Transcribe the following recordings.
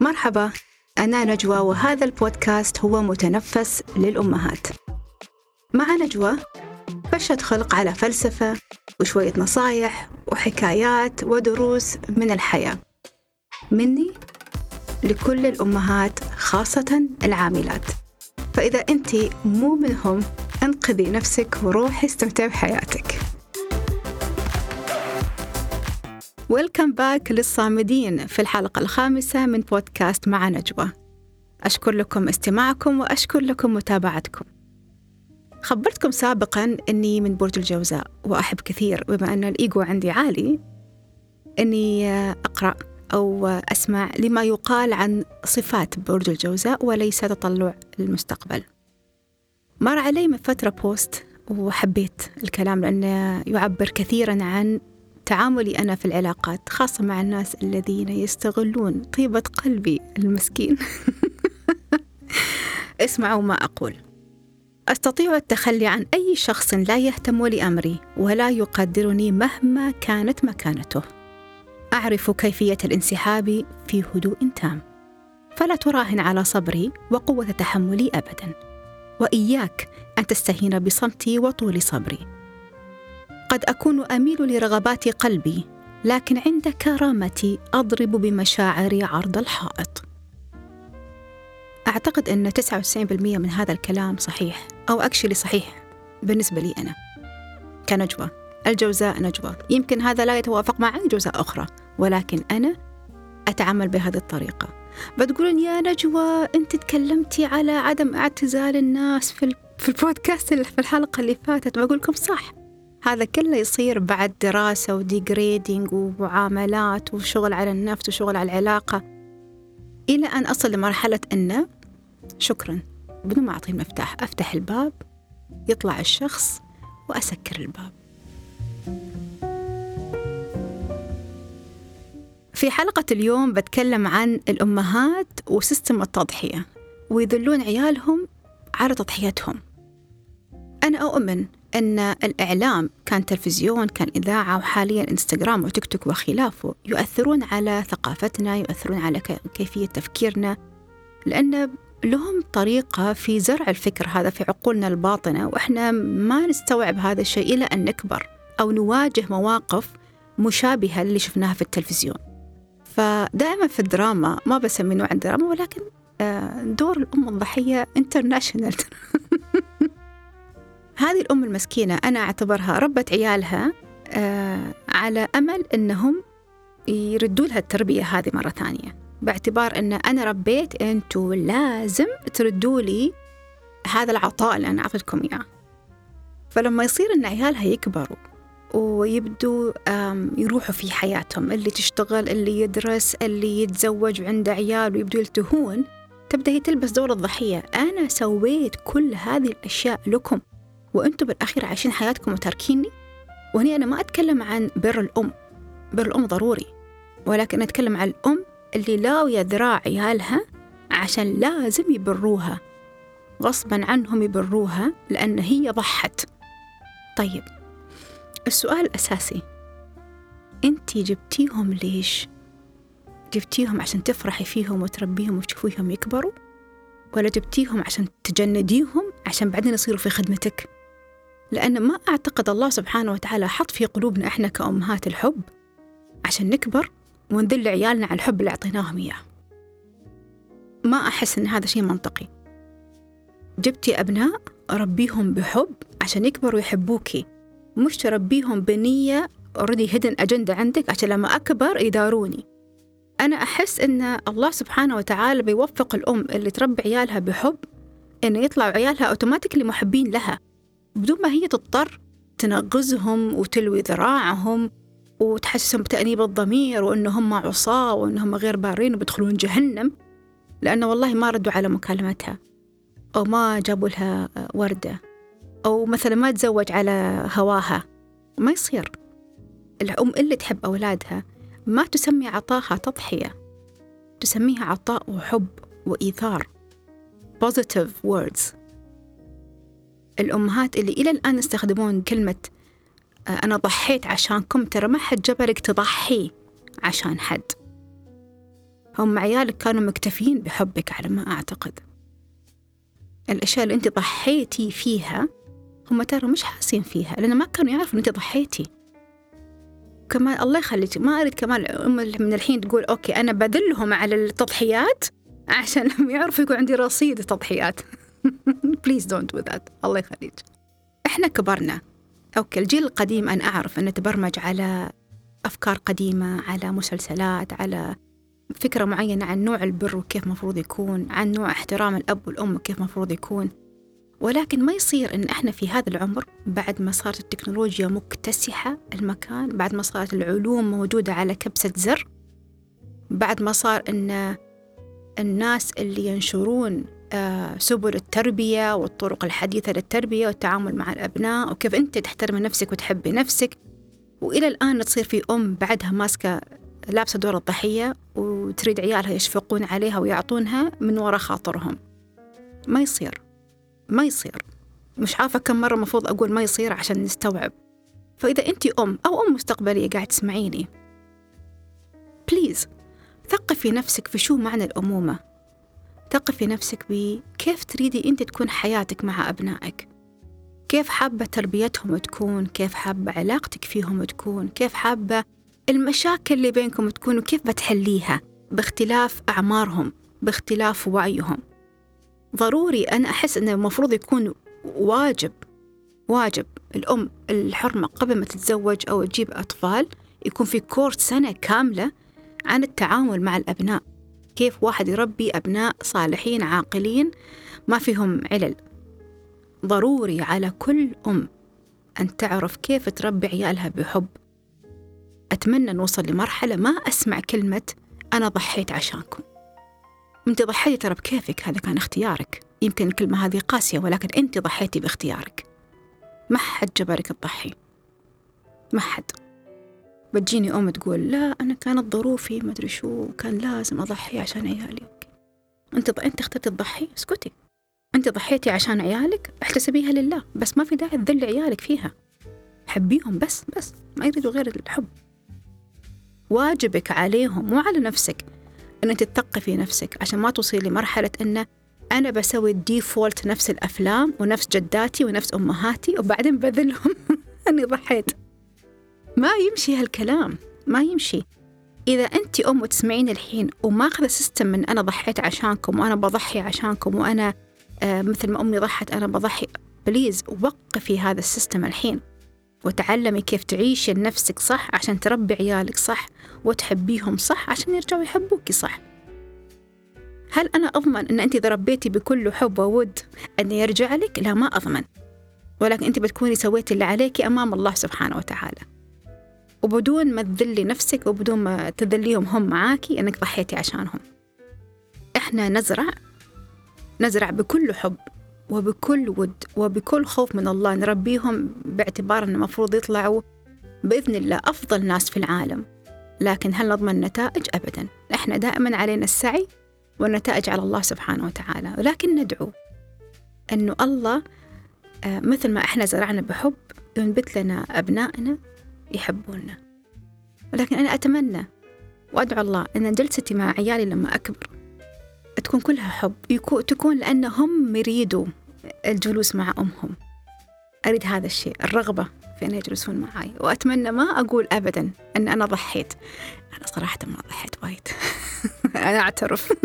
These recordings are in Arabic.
مرحبا، أنا نجوى وهذا البودكاست هو متنفس للأمهات. مع نجوى فرشة خلق على فلسفة وشوية نصايح وحكايات ودروس من الحياة، مني لكل الأمهات خاصة العاملات. فإذا أنت مو منهم انقذي نفسك وروحي استمتعي بحياتك. ويلكم باك للصامدين في الحلقة الخامسة من بودكاست مع نجوى. أشكر لكم استماعكم وأشكر لكم متابعتكم. خبرتكم سابقاً أني من برج الجوزاء وأحب كثير بما أن الإيجو عندي عالي أني أقرأ أو أسمع لما يقال عن صفات برج الجوزاء وليس تطلع للمستقبل. مر علي من فترة بوست وحبيت الكلام لأنه يعبر كثيراً عن تعاملي أنا في العلاقات، خاصة مع الناس الذين يستغلون طيبة قلبي المسكين. اسمعوا ما أقول. أستطيع التخلي عن أي شخص لا يهتم لأمري ولا يقدرني مهما كانت مكانته. أعرف كيفية الانسحاب في هدوء تام، فلا تراهن على صبري وقوة تحملي أبدا، وإياك أن تستهين بصمتي وطول صبري. قد أكون أميل لرغبات قلبي، لكن عند كرامتي أضرب بمشاعري عرض الحائط. أعتقد أن 99% من هذا الكلام صحيح، أو أكشلي صحيح بالنسبة لي أنا كنجوى الجوزاء نجوى. يمكن هذا لا يتوافق مع أي جوزاء أخرى، ولكن أنا أتعامل بهذه الطريقة. بتقولون يا نجوى أنت تكلمتي على عدم اعتزال الناس في البودكاست في الحلقة اللي فاتت. بقول لكم صح، هذا كله يصير بعد دراسة وديجريدينج ومعاملات وشغل على النفس وشغل على العلاقة، إلى أن أصل لمرحلة أن شكرا بدون ما أعطيه المفتاح أفتح الباب، يطلع الشخص وأسكر الباب. في حلقة اليوم بتكلم عن الأمهات وسيستم التضحية ويذلون عيالهم على تضحيتهم. أنا أؤمن أن الإعلام كان تلفزيون كان إذاعة وحاليا إنستغرام وتيك توك وخلافه يؤثرون على ثقافتنا، يؤثرون على كيفية تفكيرنا، لأن لهم طريقة في زرع الفكر هذا في عقولنا الباطنة، وإحنا ما نستوعب هذا الشيء إلى أن نكبر أو نواجه مواقف مشابهة اللي شفناها في التلفزيون. فدائما في الدراما، ما بسمي نوع الدراما، ولكن دور الأم الضحية انترناشنال. هذه الأم المسكينة أنا أعتبرها ربت عيالها على أمل أنهم يردوا لها التربية هذه مرة ثانية، باعتبار أن أنا ربيت، أنتوا لازم تردوا لي هذا العطاء اللي أنا أعطيتكم إياه. فلما يصير أن عيالها يكبروا ويبدوا يروحوا في حياتهم، اللي تشتغل، اللي يدرس، اللي يتزوج وعنده عيال ويبدوا يلتهون، تبدأ هي تلبس دور الضحية. أنا سويت كل هذه الأشياء لكم وأنتم بالأخير عايشين حياتكم وتاركيني. وهني أنا ما أتكلم عن بر الأم، بر الأم ضروري، ولكن أتكلم عن الأم اللي لاوية ذراع عيالها عشان لازم يبروها، غصبا عنهم يبروها لأن هي ضحت. طيب السؤال الأساسي، أنتي جبتيهم ليش؟ جبتيهم عشان تفرحي فيهم وتربيهم وتشوفيهم يكبروا، ولا جبتيهم عشان تجنديهم عشان بعدين يصيروا في خدمتك؟ لأن ما أعتقد الله سبحانه وتعالى حط في قلوبنا إحنا كأمهات الحب عشان نكبر ونذل عيالنا على الحب اللي أعطيناهم إياه. ما أحس إن هذا شيء منطقي. جبتي أبناء ربيهم بحب عشان يكبروا يحبوكي، مش تربيهم بنية already hidden agenda عندك عشان لما أكبر يداروني. أنا أحس إن الله سبحانه وتعالى بيوفق الأم اللي تربي عيالها بحب إنه يطلعوا عيالها أوتوماتيكلي محبين لها، بدون ما هي تضطر تنغزهم وتلوي ذراعهم وتحسسهم بتأنيب الضمير وإنهم عصاة وإنهم غير بارين وبيدخلون جهنم، لأنه والله ما ردوا على مكالمتها أو ما جابوا لها وردة أو مثلا ما تزوج على هواها. ما يصير. الأم اللي تحب أولادها ما تسمي عطاها تضحية، تسميها عطاء وحب وإيثار، positive words. الأمهات اللي إلى الآن يستخدمون كلمة أنا ضحيت عشانكم، ترى ما حد جبرك تضحي عشان حد. هم عيالك كانوا مكتفين بحبك على ما أعتقد. الأشياء اللي أنت ضحيتي فيها هم ترى مش حاسين فيها، لأن ما كانوا يعرفوا أن أنت ضحيتي. كمان الله يخليك، ما أريد كمان الأم من الحين تقول أوكي أنا بذلهم على التضحيات عشان يعرفوا يكون عندي رصيد تضحيات. Please don't do that. الله يخليك. إحنا كبرنا. أوكي الجيل القديم أنا أعرف أنه تبرمج على أفكار قديمة، على مسلسلات، على فكرة معينة عن نوع البر وكيف مفروض يكون، عن نوع احترام الأب والأم وكيف مفروض يكون. ولكن ما يصير إن إحنا في هذا العمر بعد ما صارت التكنولوجيا مكتسحة المكان، بعد ما صارت العلوم موجودة على كبسة زر، بعد ما صار إن الناس اللي ينشرون سبل التربية والطرق الحديثة للتربية والتعامل مع الأبناء وكيف أنت تحترم نفسك وتحبي نفسك، وإلى الآن تصير في أم بعدها ماسكة لابسة دور الضحية وتريد عيالها يشفقون عليها ويعطونها من وراء خاطرهم. ما يصير، ما يصير. مش عارفة كم مرة مفروض أقول ما يصير عشان نستوعب. فإذا أنت أم أو أم مستقبلية قاعد تسمعيني، بليز ثقفي نفسك في شو معنى الأمومة. ثقفي نفسك بكيف تريدي أنت تكون حياتك مع أبنائك، كيف حابة تربيتهم تكون، كيف حابة علاقتك فيهم تكون، كيف حابة المشاكل اللي بينكم تكون وكيف بتحليها باختلاف أعمارهم، باختلاف وعيهم. ضروري أنا أحس أنه المفروض يكون واجب الأم الحرمة قبل ما تتزوج أو تجيب أطفال يكون في كورس سنة كاملة عن التعامل مع الأبناء، كيف واحد يربي أبناء صالحين عاقلين ما فيهم علل. ضروري على كل أم أن تعرف كيف تربي عيالها بحب. أتمنى نوصل لمرحلة ما أسمع كلمة أنا ضحيت عشانكم. أنت ضحيتي ترى بكيفك، هذا كان اختيارك. يمكن الكلمة هذه قاسية ولكن أنت ضحيتي باختيارك، ما حد جبرك تضحي، ما حد. بتجيني أم تقول لا أنا كانت ظروفي ما أدري شو كان لازم أضحي عشان عيالي. أنت اخترت تضحي، اسكتي. أنت ضحيتي عشان عيالك، احتسبيها لله، بس ما في داعي تذل عيالك فيها. حبيهم بس ما يريدوا غير الحب. واجبك عليهم وعلى نفسك أن أنت تثقفي نفسك عشان ما توصلي لمرحلة أن أنا بسوي الديفولت نفس الأفلام ونفس جداتي ونفس أمهاتي وبعدين بذلهم أني ضحيت. ما يمشي هالكلام، ما يمشي. إذا أنت أم وتسمعين الحين وما أخذ سيستم من أنا ضحيت عشانكم وأنا بضحي عشانكم وأنا مثل ما أمي ضحت أنا بضحي، بليز وقفي هذا السيستم الحين وتعلمي كيف تعيشي لنفسك صح عشان تربي عيالك صح وتحبيهم صح عشان يرجعوا يحبوك صح. هل أنا أضمن أن أنت إذا ربيتي بكل حب وود أن يرجع لك؟ لا، ما أضمن. ولكن أنت بتكوني سويتي اللي عليك أمام الله سبحانه وتعالى، وبدون ما تذلي نفسك وبدون ما تذليهم هم معاكي أنك ضحيتي عشانهم. إحنا نزرع بكل حب وبكل ود وبكل خوف من الله، نربيهم باعتبار أنه مفروض يطلعوا بإذن الله أفضل ناس في العالم. لكن هل نضمن نتائج؟ أبدا. إحنا دائما علينا السعي والنتائج على الله سبحانه وتعالى، ولكن ندعو أنه الله مثل ما إحنا زرعنا بحب ينبت لنا أبنائنا يحبوننا. ولكن أنا أتمنى وأدعو الله أن جلستي مع عيالي لما أكبر تكون كلها حب، تكون لأنهم يريدوا الجلوس مع أمهم. أريد هذا الشيء، الرغبة في أن يجلسون معي. وأتمنى ما أقول أبدا أن أنا ضحيت. أنا صراحة ما ضحيت وايد. أنا أعترف.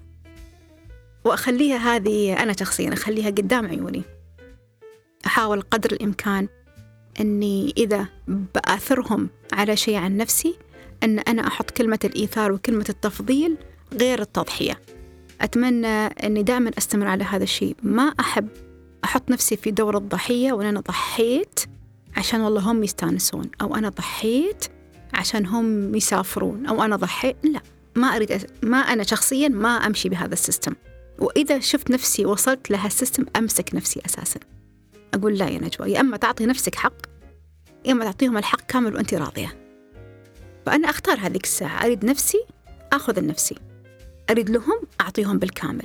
وأخليها هذه أنا شخصيا أخليها قدام عيوني. أحاول قدر الإمكان أني إذا بآثرهم على شيء عن نفسي أن أنا أحط كلمة الإيثار وكلمة التفضيل غير التضحية. أتمنى أني دائما أستمر على هذا الشيء. ما أحب أحط نفسي في دور الضحية وأنا ضحيت عشان والله هم يستانسون، أو أنا ضحيت عشان هم يسافرون، أو أنا ضحيت. لا، ما أريد. ما أنا شخصيا ما أمشي بهذا السيستم. وإذا شفت نفسي وصلت لها السيستم أمسك نفسي أساسا، أقول لا يا نجوى، يا أما تعطي نفسك حق يا أما تعطيهم الحق كامل وأنت راضية. فأنا أختار هذيك الساعة، أريد نفسي أخذ النفسي، أريد لهم أعطيهم بالكامل.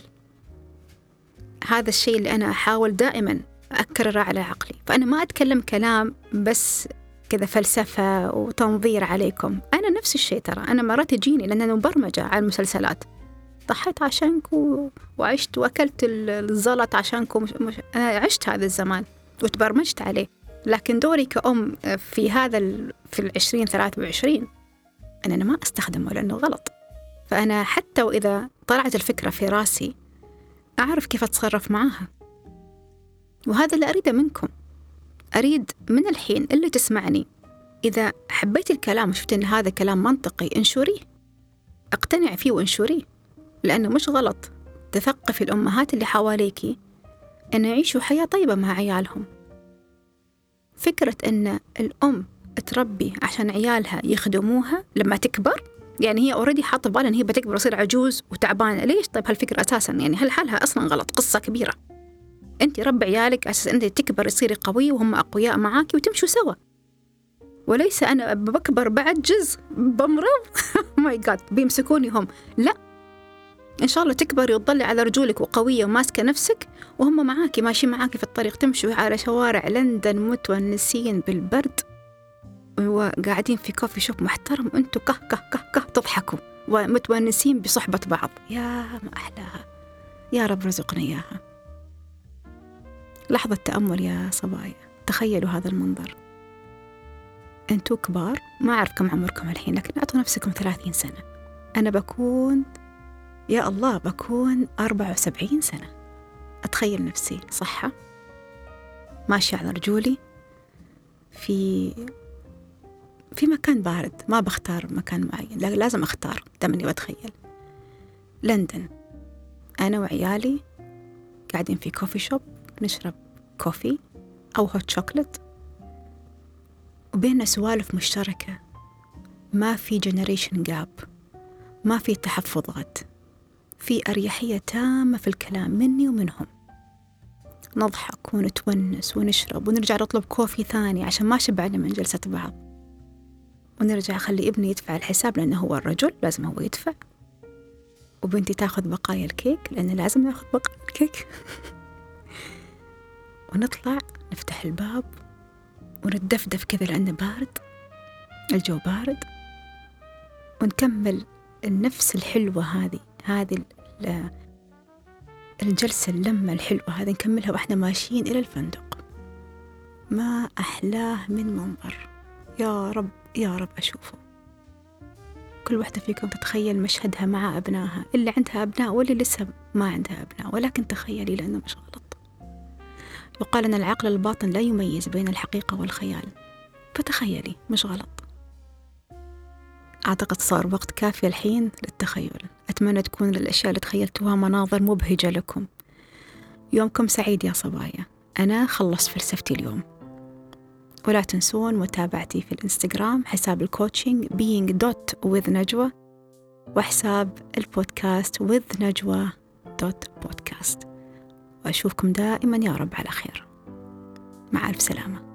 هذا الشيء اللي أنا أحاول دائما أكرره على عقلي. فأنا ما أتكلم كلام بس كذا فلسفة وتنظير عليكم. أنا نفس الشيء ترى، أنا مرات تجيني لأن أنا مبرمجة على المسلسلات، ضحيت عشانك وعشت وأكلت الزلط عشانكم، أنا عشت هذا الزمان وتبرمجت عليه. لكن دوري كأم في هذا في 2023 أنا ما أستخدمه لأنه غلط. فأنا حتى وإذا طلعت الفكرة في راسي أعرف كيف أتصرف معها. وهذا اللي أريده منكم. أريد من الحين اللي تسمعني، إذا حبيت الكلام وشفت أن هذا كلام منطقي انشريه، اقتنع فيه وانشريه، لأنه مش غلط. تثقفي الأمهات اللي حواليكي أن يعيشوا حياة طيبة مع عيالهم. فكرة أن الأم تربي عشان عيالها يخدموها لما تكبر، يعني هي أوريدي حاطة بالها أن هي بتكبر وتصير عجوز وتعبانة. ليش؟ طيب هالفكرة أساساً يعني هل حالها أصلاً غلط، قصة كبيرة. أنت ربي عيالك أساس أنت تكبر يصيري قوية وهم أقوياء معاكي وتمشوا سوا، وليس أنا بكبر بعجز بمرض ماي جاد بيمسكوني هم. لا، إن شاء الله تكبري وتضلي على رجولك وقوية وماسكة نفسك وهم معاكي ماشي معاكي في الطريق، تمشوا على شوارع لندن متونسين بالبرد وقاعدين في كوفي شوب محترم، أنتوا كه كه كه كه تضحكوا ومتونسين بصحبة بعض. يا ما أحلاها، يا رب رزقنا إياها. لحظة تأمل يا صبايا، تخيلوا هذا المنظر. أنتوا كبار، ما أعرف كم عمركم الحين، لكن أعطوا نفسكم 30 سنة. أنا بكون يا الله بكون 74 سنة. أتخيل نفسي صحة ماشية على رجولي في مكان بارد، ما بختار مكان معين، لازم أختار دمني بتخيل لندن، أنا وعيالي قاعدين في كوفي شوب نشرب كوفي أو هوت شوكولات وبيننا سوالف مشتركة، ما في جنريشن جاب، ما في تحفظات، في أريحية تامة في الكلام مني ومنهم. نضحك ونتونس ونشرب ونرجع نطلب كوفي ثاني عشان ما شبعنا من جلسة بعض، ونرجع أخلي ابني يدفع الحساب لأنه هو الرجل لازم هو يدفع، وبنتي تاخذ بقايا الكيك لأنه لازم ناخذ بقايا الكيك ونطلع نفتح الباب ونتدفدف كذا لأنه بارد، الجو بارد، ونكمل النفس الحلوة هذه الجلسة اللمة الحلوة هذه نكملها وإحنا ماشيين إلى الفندق. ما أحلاه من منظر، يا رب يا رب أشوفه. كل واحدة فيكم تتخيل مشهدها مع أبنائها، اللي عندها أبناء واللي لسه ما عندها أبناء، ولكن تخيلي لأنه مش غلط. يقال أن العقل الباطن لا يميز بين الحقيقة والخيال، فتخيلي مش غلط. أعتقد صار وقت كافي الحين للتخيل. أتمنى تكون الأشياء اللي تخيلتوها مناظر مبهجة لكم. يومكم سعيد يا صبايا. أنا خلصت فلسفتي اليوم، ولا تنسون متابعتي في الإنستغرام حساب الكوتشنج being.with_najwa، وحساب البودكاست with_najwa.podcast. وأشوفكم دائما يا رب على خير. مع ألف سلامة.